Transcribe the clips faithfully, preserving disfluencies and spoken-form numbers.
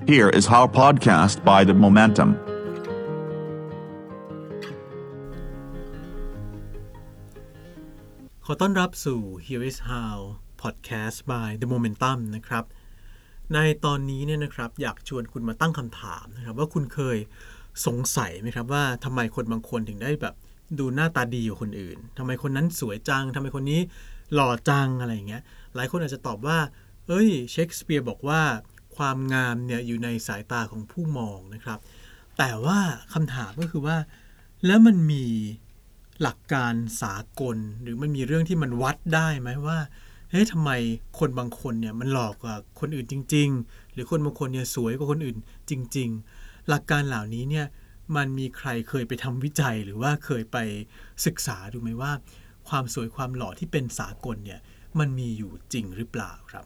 Here is our podcast by The Momentum. ขอต้อนรับสู่ Here is How podcast by The Momentum นะครับในตอนนี้เนี่ยนะครับอยากชวนคุณมาตั้งคำถามนะครับว่าคุณเคยสงสัยไหมครับว่าทำไมคนบางคนถึงได้แบบดูหน้าตาดีกว่าคนอื่นทำไมคนนั้นสวยจังทำไมคนนี้หล่อจังอะไรอย่างเงี้ยหลายคนอาจจะตอบว่าเอ้ยเชคสเปียร์บอกว่าความงามเนี่ยอยู่ในสายตาของผู้มองนะครับแต่ว่าคำถามก็คือว่าแล้วมันมีหลักการสากลหรือมันมีเรื่องที่มันวัดได้ไหมว่าเฮ้ยทำไมคนบางคนเนี่ยมันหลอกกว่าคนอื่นจริงๆหรือคนบางคนเนี่ยสวยกว่าคนอื่นจริงๆหลักการเหล่านี้เนี่ยมันมีใครเคยไปทำวิจัยหรือว่าเคยไปศึกษาดูไหมว่าความสวยความหล่อที่เป็นสากลเนี่ยมันมีอยู่จริงหรือเปล่าครับ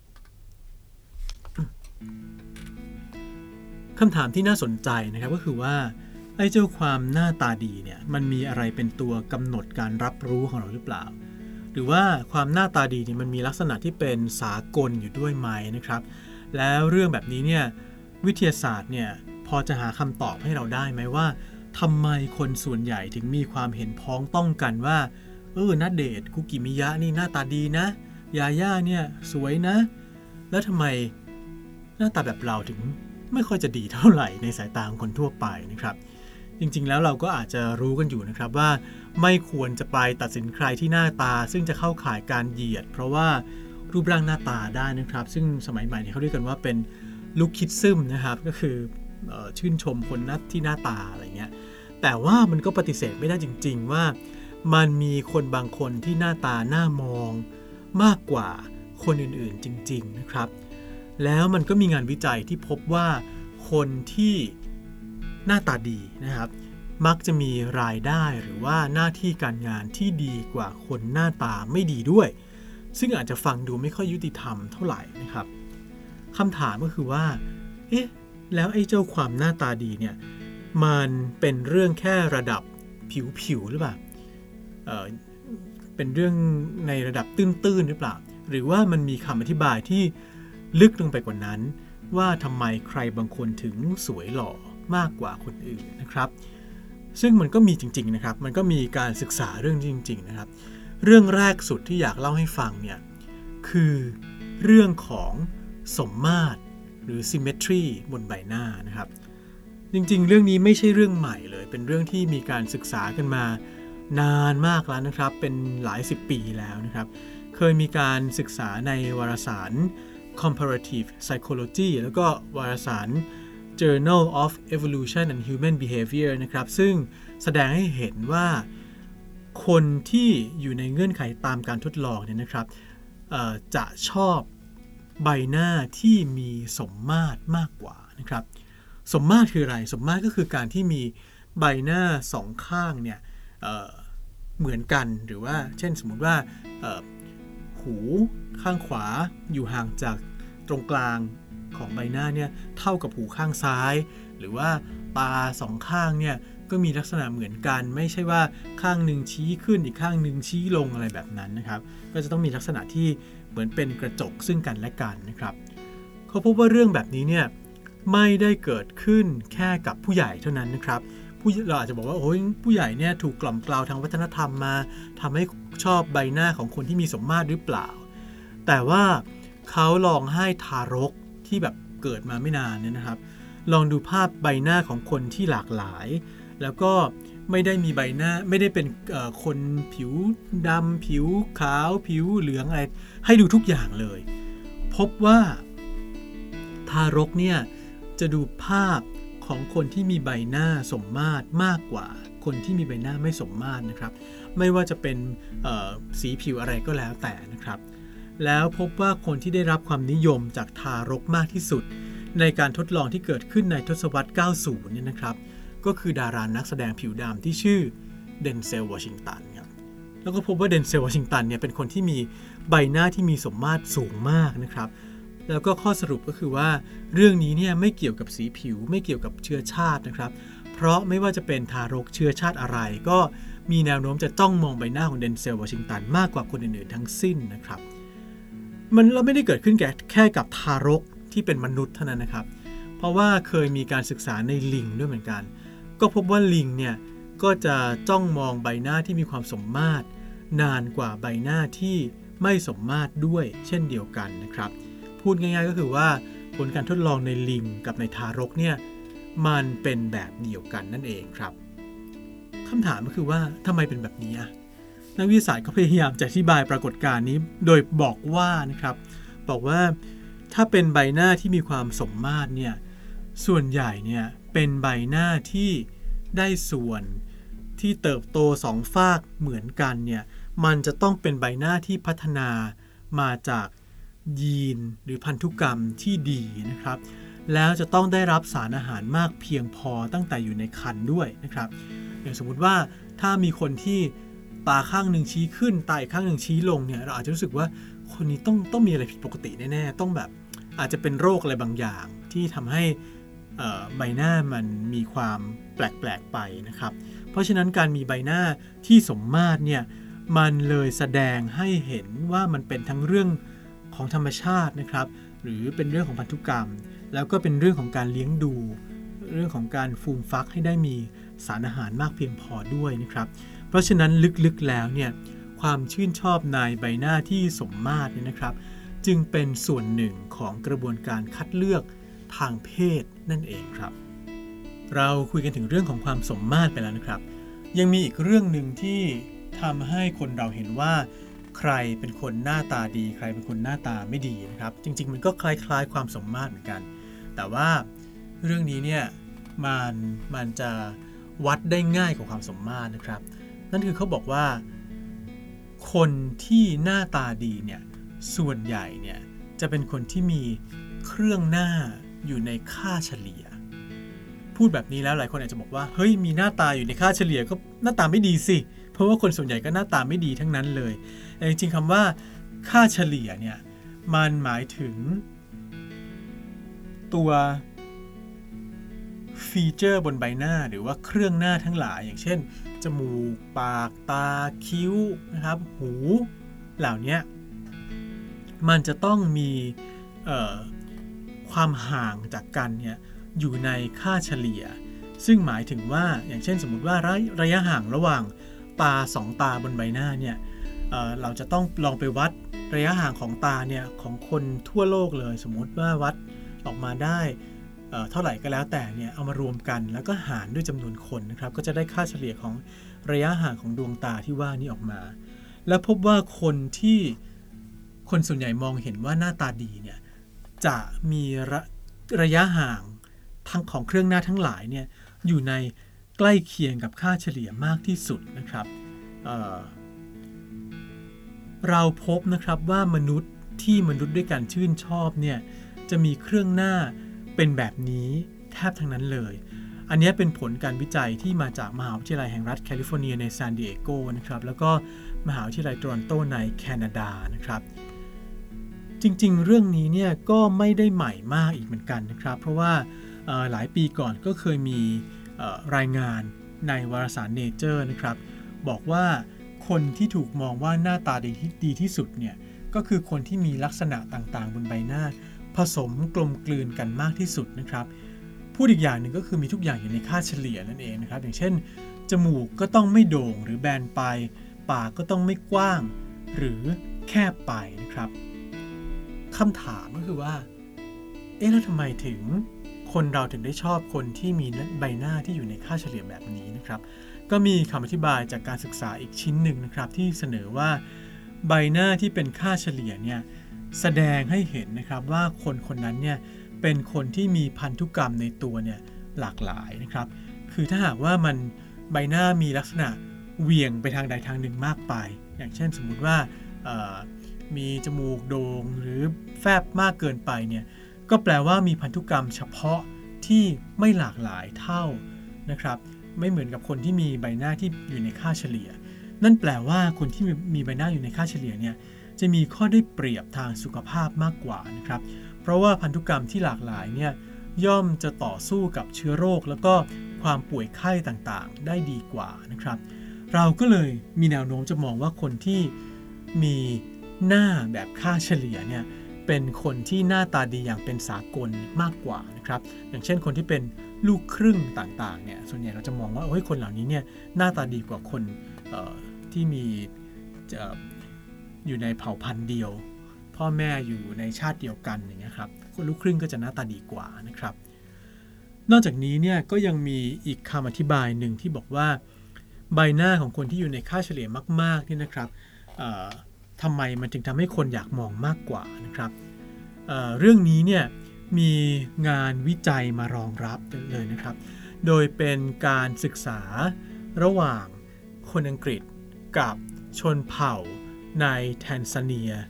คำถามที่น่าสนใจนะครับก็คือว่าไอ้เจ้าความหน้าตาดีเนี่ยมันมีอะไรเป็นตัวกำหนดการรับรู้ของเราหรือเปล่าหรือว่าความหน้าตาดีเนี่ยมันมีลักษณะที่เป็นสากลอยู่ด้วยไหมนะครับแล้วเรื่องแบบนี้เนี่ยวิทยาศาสตร์เนี่ยพอจะหาคำตอบให้เราได้ไหมว่าทำไมคนส่วนใหญ่ถึงมีความเห็นพ้องต้องกันว่าเออณเดชน์คุกิมิยะนี่หน้าตาดีนะยาย่าเนี่ยสวยนะแล้วทำไมหน้าตาแบบเราถึงไม่ค่อยจะดีเท่าไหร่ในสายตาของคนทั่วไปนะครับจริงๆแล้วเราก็อาจจะรู้กันอยู่นะครับว่าไม่ควรจะไปตัดสินใครที่หน้าตาซึ่งจะเข้าข่ายการเหยียดเพราะว่ารูปร่างหน้าตาได้นะครับซึ่งสมัยใหม่เนี่ยเขาเรียกกันว่าเป็นลุคคิดซึมนะครับก็คือเอ่อชื่นชมคนหน้าที่หน้าตาอะไรเงี้ยแต่ว่ามันก็ปฏิเสธไม่ได้จริงๆว่ามันมีคนบางคนที่หน้าตาน่ามองมากกว่าคนอื่นๆจริงๆนะครับแล้วมันก็มีงานวิจัยที่พบว่าคนที่หน้าตาดีนะครับมักจะมีรายได้หรือว่าหน้าที่การงานที่ดีกว่าคนหน้าตาไม่ดีด้วยซึ่งอาจจะฟังดูไม่ค่อยยุติธรรมเท่าไหร่นะครับคำถามก็คือว่าเอ๊ะแล้วไอ้เจ้าความหน้าตาดีเนี่ยมันเป็นเรื่องแค่ระดับผิวๆหรือเปล่าเอ่อเป็นเรื่องในระดับตื้นๆหรือเปล่าหรือว่ามันมีคำอธิบายที่ลึกลงไปกว่านั้นว่าทำไมใครบางคนถึงสวยหล่อมากกว่าคนอื่นนะครับซึ่งมันก็มีจริงๆนะครับมันก็มีการศึกษาเรื่องจริงๆนะครับเรื่องแรกสุดที่อยากเล่าให้ฟังเนี่ยคือเรื่องของสมมาตรหรือ symmetry บนใบหน้านะครับจริงๆเรื่องนี้ไม่ใช่เรื่องใหม่เลยเป็นเรื่องที่มีการศึกษากันมานานมากแล้วนะครับเป็นหลายสิบปีแล้วนะครับเคยมีการศึกษาในวารสาร Comparative Psychology แล้วก็วารสาร Journal of Evolution and Human Behavior นะครับซึ่งแสดงให้เห็นว่าคนที่อยู่ในเงื่อนไขตามการทดลองเนี่ยนะครับจะชอบใบหน้าที่มีสมมาตรมากกว่านะครับสมมาตรคืออะไรสมมาตรก็คือการที่มีใบหน้าสองข้างเนี่ย เอ่อ เหมือนกันหรือว่าเช่นสมมุติว่าหูข้างขวาอยู่ห่างจากตรงกลางของใบหน้าเนี่ยเท่ากับหูข้างซ้ายหรือว่าตาสองข้างเนี่ยก็มีลักษณะเหมือนกันไม่ใช่ว่าข้างหนึ่งชี้ขึ้นอีกข้างหนึ่งชี้ลงอะไรแบบนั้นนะครับก็จะต้องมีลักษณะที่เหมือนเป็นกระจกซึ่งกันและกันนะครับเขาพบว่าเรื่องแบบนี้เนี่ยไม่ได้เกิดขึ้นแค่กับผู้ใหญ่เท่านั้นนะครับผู้เราอาจจะบอกว่าโอ้ยผู้ใหญ่เนี่ยถูกกล่อมเกลาทางวัฒนธรรมมาทำให้ชอบใบหน้าของคนที่มีสมมาตรหรือเปล่าแต่ว่าเขาลองให้ทารกที่แบบเกิดมาไม่นานเนี่ยนะครับลองดูภาพใบหน้าของคนที่หลากหลายแล้วก็ไม่ได้มีใบหน้าไม่ได้เป็นคนผิวดำผิวขาวผิวเหลืองอะไรให้ดูทุกอย่างเลยพบว่าทารกเนี่ยจะดูภาพของคนที่มีใบหน้าสมมาตรมากกว่าคนที่มีใบหน้าไม่สมมาตรนะครับไม่ว่าจะเป็นสีผิวอะไรก็แล้วแต่นะครับแล้วพบว่าคนที่ได้รับความนิยมจากทารกมากที่สุดในการทดลองที่เกิดขึ้นในทศวรรษเก้าสิบเนี่ยนะครับก็คือดารานักแสดงผิวดำที่ชื่อเดนเซลวอชิงตันครับแล้วก็พบว่าเดนเซลวอชิงตันเนี่ยเป็นคนที่มีใบหน้าที่มีสมมาตรสูงมากนะครับแล้วก็ข้อสรุปก็คือว่าเรื่องนี้เนี่ยไม่เกี่ยวกับสีผิวไม่เกี่ยวกับเชื้อชาตินะครับเพราะไม่ว่าจะเป็นทารกเชื้อชาติอะไรก็มีแนวโน้มจะจ้องมองใบหน้าของเดนเซลวอชิงตันมากกว่าคนอื่นๆทั้งสิ้นนะครับมันเราไม่ได้เกิดขึ้นแค่แค่กับทารกที่เป็นมนุษย์เท่านั้นนะครับเพราะว่าเคยมีการศึกษาในลิงด้วยเหมือนกันก็พบว่าลิงเนี่ยก็จะจ้องมองใบหน้าที่มีความสมมาตรนานกว่าใบหน้าที่ไม่สมมาตรด้วยเช่นเดียวกันนะครับพูดง่ายๆก็คือว่าผลการทดลองในลิงกับในทารกเนี่ยมันเป็นแบบเดียวกันนั่นเองครับคำถามก็คือว่าทำไมเป็นแบบนี้นักวิทยาศาสตร์ก็พยายามจะอธิบายปรากฏการณ์นี้โดยบอกว่านะครับบอกว่าถ้าเป็นใบหน้าที่มีความสมมาตรเนี่ยส่วนใหญ่เนี่ยเป็นใบหน้าที่ได้ส่วนที่เติบโตสองฝากเหมือนกันเนี่ยมันจะต้องเป็นใบหน้าที่พัฒนามาจากยีนหรือพันธุกรรมที่ดีนะครับแล้วจะต้องได้รับสารอาหารมากเพียงพอตั้งแต่อยู่ในครรภ์ด้วยนะครับอย่างสมมุติว่าถ้ามีคนที่ตาข้างหนึ่งชี้ขึ้นตาอีกข้างหนึ่งชี้ลงเนี่ยเราอาจจะรู้สึกว่าคนนี้ต้องต้องมีอะไรผิดปกติแน่ๆต้องแบบอาจจะเป็นโรคอะไรบางอย่างที่ทำให้ใบหน้ามันมีความแปลกๆไปนะครับเพราะฉะนั้นการมีใบหน้าที่สมมาตรเนี่ยมันเลยแสดงให้เห็นว่ามันเป็นทั้งเรื่องของธรรมชาตินะครับหรือเป็นเรื่องของพันธุกรรมแล้วก็เป็นเรื่องของการเลี้ยงดูเรื่องของการฟูมฟักให้ได้มีสารอาหารมากเพียงพอด้วยนะครับเพราะฉะนั้นลึกๆแล้วเนี่ยความชื่นชอบในใบหน้าที่สมมาตรเนี่ยนะครับจึงเป็นส่วนหนึ่งของกระบวนการคัดเลือกทางเพศนั่นเองครับเราคุยกันถึงเรื่องของความสมมาตรไปแล้วนะครับยังมีอีกเรื่องหนึ่งที่ทำให้คนเราเห็นว่าใครเป็นคนหน้าตาดีใครเป็นคนหน้าตาไม่ดีนะครับจริงๆมันก็คล้ายๆความสมมาตรเหมือนกันแต่ว่าเรื่องนี้เนี่ยมันมันจะวัดได้ง่ายกว่าความสมมาตรนะครับนั่นคือเขาบอกว่าคนที่หน้าตาดีเนี่ยส่วนใหญ่เนี่ยจะเป็นคนที่มีเครื่องหน้าอยู่ในค่าเฉลี่ยพูดแบบนี้แล้วหลายคนอาจจะบอกว่าเฮ้ยมีหน้าตาอยู่ในค่าเฉลี่ยก็หน้าตาไม่ดีสิเพราะว่าคนส่วนใหญ่ก็หน้าตาไม่ดีทั้งนั้นเลยแต่จริงๆคำว่าค่าเฉลี่ยเนี่ยมันหมายถึงตัวฟีเจอร์บนใบหน้าหรือว่าเครื่องหน้าทั้งหลายอย่างเช่นจมูกปากตาคิ้วนะครับหูเหล่านี้มันจะต้องมีเอ่อความห่างจากกันเนี่ยอยู่ในค่าเฉลี่ยซึ่งหมายถึงว่าอย่างเช่นสมมุติว่าระยะห่างระหว่างตาสองตาบนใบหน้าเนี่ย เอ่อ เราจะต้องลองไปวัดระยะห่างของตาเนี่ยของคนทั่วโลกเลยสมมุติว่าวัดออกมาได้เอ่อเท่าไหร่ก็แล้วแต่เนี่ยเอามารวมกันแล้วก็หารด้วยจำนวนคนนะครับก็จะได้ค่าเฉลี่ยของระยะห่างของดวงตาที่ว่านี้ออกมาแล้วพบว่าคนที่คนส่วนใหญ่มองเห็นว่าหน้าตาดีเนี่ยจะมีระระยะห่างทั้งของเครื่องหน้าทั้งหลายเนี่ยอยู่ในใกล้เคียงกับค่าเฉลี่ยมากที่สุดนะครับ เอ่อ เราพบนะครับว่ามนุษย์ที่มนุษย์ด้วยกันชื่นชอบเนี่ยจะมีเครื่องหน้าเป็นแบบนี้แทบทั้งนั้นเลยอันนี้เป็นผลการวิจัยที่มาจากมหาวิทยาลัยแห่งรัฐแคลิฟอร์เนียในซานดิเอโกนะครับแล้วก็มหาวิทยาลัยโตรอนโตในแคนาดานะครับจริงๆเรื่องนี้เนี่ยก็ไม่ได้ใหม่มากอีกเหมือนกันนะครับเพราะว่าหลายปีก่อนก็เคยมีรายงานในวารสาร Nature นะครับบอกว่าคนที่ถูกมองว่าหน้าตาดีที่ดีที่สุดเนี่ยก็คือคนที่มีลักษณะต่างๆบนใบหน้าผสมกลมกลืนกันมากที่สุดนะครับพูดอีกอย่างหนึ่งก็คือมีทุกอย่างอยู่ในค่าเฉลี่ยนั่นเองนะครับอย่างเช่นจมูกก็ต้องไม่โด่งหรือแบนไปปากก็ต้องไม่กว้างหรือแคบไปนะครับคำถามก็คือว่าเอ๊ะแล้วทำไมถึงคนเราถึงได้ชอบคนที่มีใบหน้าที่อยู่ในค่าเฉลี่ยแบบนี้นะครับก็มีคำอธิบายจากการศึกษาอีกชิ้นหนึ่งนะครับที่เสนอว่าใบหน้าที่เป็นค่าเฉลี่ยเนี่ยแสดงให้เห็นนะครับว่าคนคนนั้นเนี่ยเป็นคนที่มีพันธุกรรมในตัวเนี่ยหลากหลายนะครับคือถ้าหากว่ามันใบหน้ามีลักษณะเหวี่ยงไปทางใดทางหนึ่งมากไปอย่างเช่นสมมุติว่ามีจมูกโด่งหรือแฟบมากเกินไปเนี่ยก็แปลว่ามีพันธุกรรมเฉพาะที่ไม่หลากหลายเท่านะครับไม่เหมือนกับคนที่มีใบหน้าที่อยู่ในค่าเฉลี่ยนั่นแปลว่าคนที่มีใบหน้าอยู่ในค่าเฉลี่ยเนี่ยจะมีข้อได้เปรียบทางสุขภาพมากกว่านะครับเพราะว่าพันธุกรรมที่หลากหลายเนี่ยย่อมจะต่อสู้กับเชื้อโรคแล้วก็ความป่วยไข้ต่างๆได้ดีกว่านะครับเราก็เลยมีแนวโน้มจะมองว่าคนที่มีหน้าแบบค่าเฉลี่ยเนี่ยเป็นคนที่หน้าตาดีอย่างเป็นสากลมากกว่านะครับอย่างเช่นคนที่เป็นลูกครึ่งต่างๆเนี่ยส่วนใหญ่เราจะมองว่าเฮ้ยคนเหล่านี้เนี่ยหน้าตาดีกว่าคนที่มีอยู่ในเผ่าพันธุ์เดียวพ่อแม่อยู่ในชาติเดียวกันอย่างเงี้ยครับคนลูกครึ่งก็จะหน้าตาดีกว่านะครับนอกจากนี้เนี่ยก็ยังมีอีกคำอธิบายหนึ่งที่บอกว่าใบหน้าของคนที่อยู่ในค่าเฉลี่ยมากๆนี่นะครับทำไมมันถึงทำให้คนอยากมองมากกว่านะครับ เอ่อ เรื่องนี้เนี่ยมีงานวิจัยมารองรับเลยนะครับโดยเป็นการศึกษาระหว่างคนอังกฤษกับชนเผ่าในแทนซาเนีย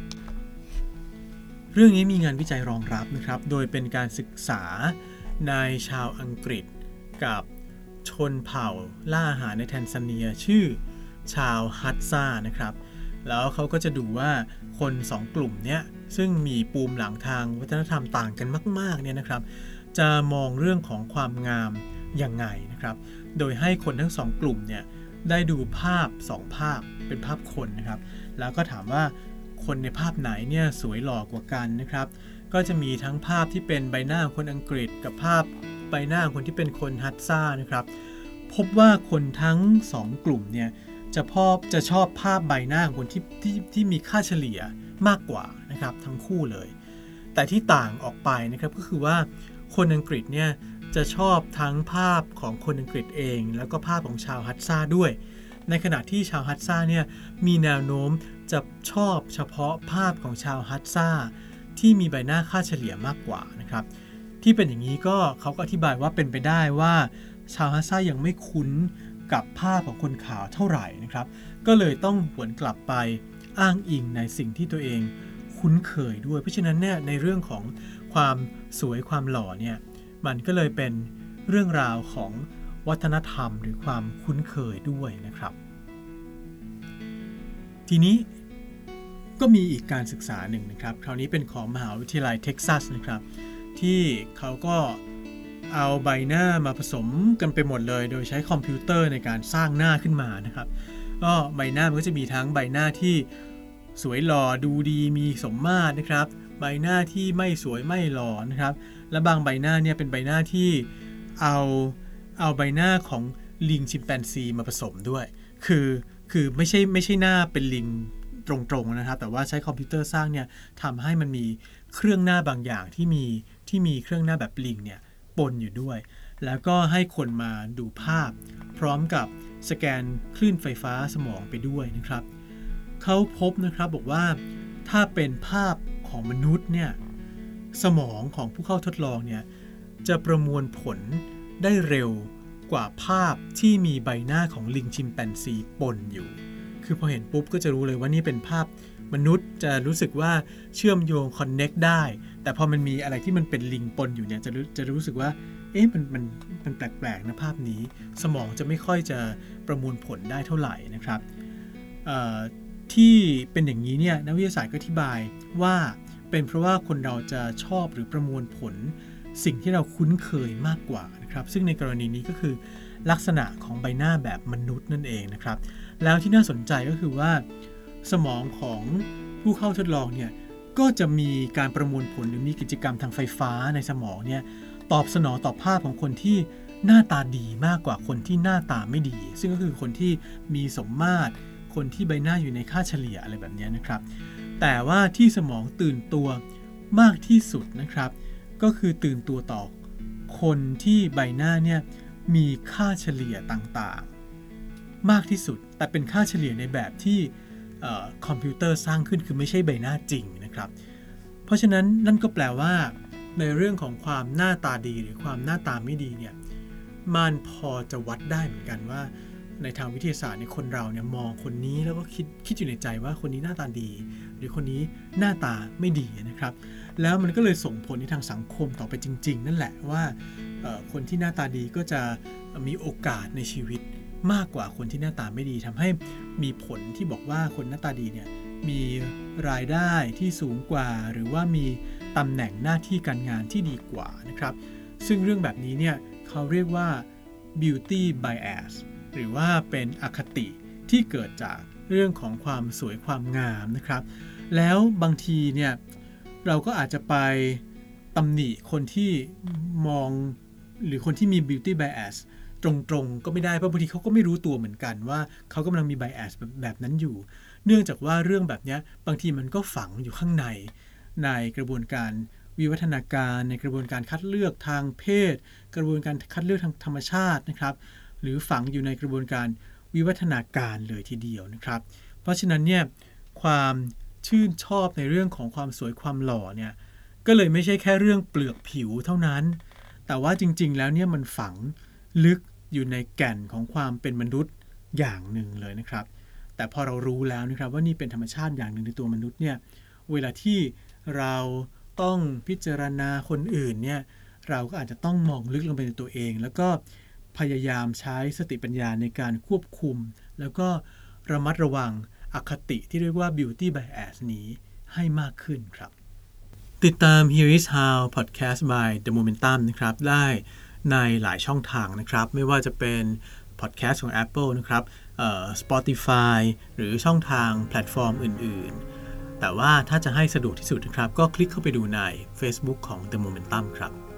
เรื่องนี้มีงานวิจัยรองรับนะครับโดยเป็นการศึกษาในชาวอังกฤษกับชนเผ่าล่าอาหารในแทนซาเนียชื่อชาวฮัตซานะครับแล้วเขาก็จะดูว่าคนสองกลุ่มเนี้ยซึ่งมีปูมหลังทางวัฒนธรรมต่างกันมากๆเนี่ยนะครับจะมองเรื่องของความงามยังไงนะครับโดยให้คนทั้งสองกลุ่มเนี่ยได้ดูภาพสองภาพเป็นภาพคนนะครับแล้วก็ถามว่าคนในภาพไหนเนี่ยสวยหล่อกว่ากันนะครับก็จะมีทั้งภาพที่เป็นใบหน้าของคนอังกฤษกับภาพใบหน้าของคนที่เป็นคนฮัตซ่านะครับพบว่าคนทั้งสองกลุ่มเนี่ยจะพอบจะชอบภาพใบหน้าของคนที่ที่ที่มีค่าเฉลี่ยมากกว่านะครับทั้งคู่เลยแต่ที่ต่างออกไปนะครับก็คือว่าคนอังกฤษเนี่ยจะชอบทั้งภาพของคนอังกฤษเองแล้วก็ภาพของชาวฮัตซ่าด้วยในขณะที่ชาวฮัตซ่าเนี่ยมีแนวโน้มจะชอบเฉพาะภาพของชาวฮัตซ่าที่มีใบหน้าค่าเฉลี่ยมากกว่านะครับที่เป็นอย่างนี้ก็เขาก็อธิบายว่าเป็นไปได้ว่าชาวฮัตซ่ายังไม่คุ้นกับภาพของคนขาวเท่าไหร่นะครับก็เลยต้องหวนกลับไปอ้างอิงในสิ่งที่ตัวเองคุ้นเคยด้วยเพราะฉะนั้นเนี่ยในเรื่องของความสวยความหล่อเนี่ยมันก็เลยเป็นเรื่องราวของวัฒนธรรมหรือความคุ้นเคยด้วยนะครับทีนี้ก็มีอีกการศึกษาหนึ่งนะครับคราวนี้เป็นของมหาวิทยาลัยเท็กซัสนะครับที่เขาก็เอาใบหน้ามาผสมกันไปหมดเลยโดยใช้คอมพิวเตอร์ในการสร้างหน้าขึ้นมานะครับก็ใบหน้ามันก็จะมีทั้งใบหน้าที่สวยหล่อดูดีมีสมมาตรนะครับใบหน้าที่ไม่สวยไม่หล่อนะครับและบางใบหน้าเนี่ยเป็นใบหน้าที่เอาเอาใบหน้าของลิงชิมแปนซีมาผสมด้วยคือคือไม่ใช่ไม่ใช่หน้าเป็นลิงตรงๆนะครับแต่ว่าใช้คอมพิวเตอร์สร้างเนี่ยทำให้มันมีเครื่องหน้าบางอย่างที่มีที่มีเครื่องหน้าแบบลิงเนี่ยปนอยู่ด้วยแล้วก็ให้คนมาดูภาพพร้อมกับสแกนคลื่นไฟฟ้าสมองไปด้วยนะครับเขาพบนะครับบอกว่าถ้าเป็นภาพของมนุษย์เนี่ยสมองของผู้เข้าทดลองเนี่ยจะประมวลผลได้เร็วกว่าภาพที่มีใบหน้าของลิงชิมแปนซีปนอยู่คือพอเห็นปุ๊บก็จะรู้เลยว่านี่เป็นภาพมนุษย์จะรู้สึกว่าเชื่อมโยงคอนเน็กได้แต่พอมันมีอะไรที่มันเป็นลิงปนอยู่เนี่ยจะรู้จะรู้สึกว่าเอ๊ะมันมันมันแปลกๆนะภาพนี้สมองจะไม่ค่อยจะประมวลผลได้เท่าไหร่นะครับที่เป็นอย่างนี้เนี่ยนักวิทยาศาสตร์ก็อธิบายว่าเป็นเพราะว่าคนเราจะชอบหรือประมวลผลสิ่งที่เราคุ้นเคยมากกว่านะครับซึ่งในกรณีนี้ก็คือลักษณะของใบหน้าแบบมนุษย์นั่นเองนะครับแล้วที่น่าสนใจก็คือว่าสมองของผู้เข้าทดลองเนี่ยก็จะมีการประมวลผลหรือมีกิจกรรมทางไฟฟ้าในสมองเนี่ยตอบสนองต่อภาพของคนที่หน้าตาดีมากกว่าคนที่หน้าตาไม่ดีซึ่งก็คือคนที่มีสมมาตรคนที่ใบหน้าอยู่ในค่าเฉลี่ยอะไรแบบนี้นะครับแต่ว่าที่สมองตื่นตัวมากที่สุดนะครับก็คือตื่นตัวต่อคนที่ใบหน้าเนี่ยมีค่าเฉลี่ยต่างๆมากที่สุดแต่เป็นค่าเฉลี่ยในแบบที่คอมพิวเตอร์สร้างขึ้นคือไม่ใช่ใบหน้าจริงนะครับเพราะฉะนั้นนั่นก็แปลว่าในเรื่องของความหน้าตาดีหรือความหน้าตาไม่ดีเนี่ยมันพอจะวัดได้เหมือนกันว่าในทางวิทยาศาสตร์ในคนเราเนี่ยมองคนนี้แล้วก็คิดคิดอยู่ในใจว่าคนนี้หน้าตาดีหรือคนนี้หน้าตาไม่ดีนะครับแล้วมันก็เลยส่งผลในทางสังคมต่อไปจริงๆนั่นแหละว่าคนที่หน้าตาดีก็จะมีโอกาสในชีวิตมากกว่าคนที่หน้าตาไม่ดีทำให้มีผลที่บอกว่าคนหน้าตาดีเนี่ยมีรายได้ที่สูงกว่าหรือว่ามีตำแหน่งหน้าที่การงานที่ดีกว่านะครับซึ่งเรื่องแบบนี้เนี่ยเขาเรียกว่า beauty bias หรือว่าเป็นอคติที่เกิดจากเรื่องของความสวยความงามนะครับแล้วบางทีเนี่ยเราก็อาจจะไปตำหนิคนที่มองหรือคนที่มี beauty bias ตรงๆก็ไม่ได้เพราะบางทีเขาก็ไม่รู้ตัวเหมือนกันว่าเขากำลังมี bias แบบแบบนั้นอยู่เนื่องจากว่าเรื่องแบบนี้บางทีมันก็ฝังอยู่ข้างในในกระบวนการวิวัฒนาการในกระบวนการคัดเลือกทางเพศกระบวนการคัดเลือกทางธรรมชาตินะครับหรือฝังอยู่ในกระบวนการวิวัฒนาการเลยทีเดียวนะครับเพราะฉะนั้นเนี่ยความชื่นชอบในเรื่องของความสวยความหล่อเนี่ยก็เลยไม่ใช่แค่เรื่องเปลือกผิวเท่านั้นแต่ว่าจริงๆแล้วเนี่ยมันฝังลึกอยู่ในแก่นของความเป็นมนุษย์อย่างหนึ่งเลยนะครับแต่พอเรารู้แล้วนะครับว่านี่เป็นธรรมชาติอย่างหนึ่งในตัวมนุษย์เนี่ยเวลาที่เราต้องพิจารณาคนอื่นเนี่ยเราก็อาจจะต้องมองลึกลงไปในตัวเองแล้วก็พยายามใช้สติปัญญาในการควบคุมแล้วก็ระมัดระวังอคติที่เรียกว่า beauty bias นี้ให้มากขึ้นครับติดตาม Here is How Podcast by The Momentum นะครับได้ในหลายช่องทางนะครับไม่ว่าจะเป็น podcast ของ Apple นะครับเอ่อ Spotify หรือช่องทางแพลตฟอร์มอื่นๆแต่ว่าถ้าจะให้สะดวกที่สุดนะครับก็คลิกเข้าไปดูใน Facebook ของ The Momentum ครับ